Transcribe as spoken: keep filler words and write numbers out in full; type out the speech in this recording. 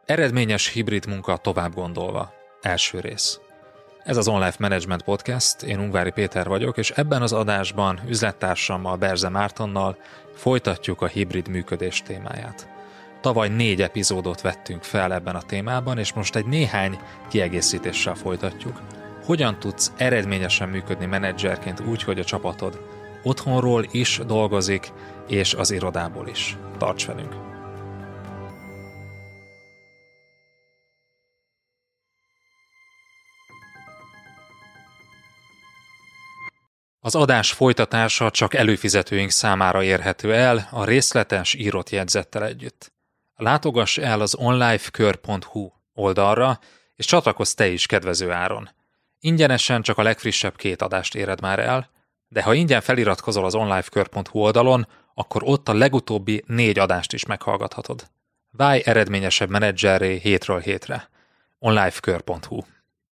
Eredményes hibrid munka tovább gondolva. Első rész. Ez az OnLife Management Podcast, én Ungvári Péter vagyok, és ebben az adásban üzlettársammal, Berze Mártonnal folytatjuk a hibrid működés témáját. Tavaly négy epizódot vettünk fel ebben a témában, és most egy néhány kiegészítéssel folytatjuk. Hogyan tudsz eredményesen működni menedzserként úgy, hogy a csapatod otthonról is dolgozik, és az irodából is. Tarts velünk! Az adás folytatása csak előfizetőink számára érhető el a részletes írott jegyzettel együtt. Látogass el az onlifekör pont hu oldalra, és csatlakozz te is kedvező áron. Ingyenesen csak a legfrissebb két adást éred már el, de ha ingyen feliratkozol az onlifekör pont hu oldalon, akkor ott a legutóbbi négy adást is meghallgathatod. Válj eredményesebb menedzserré hétről hétre. onlifekör pont hu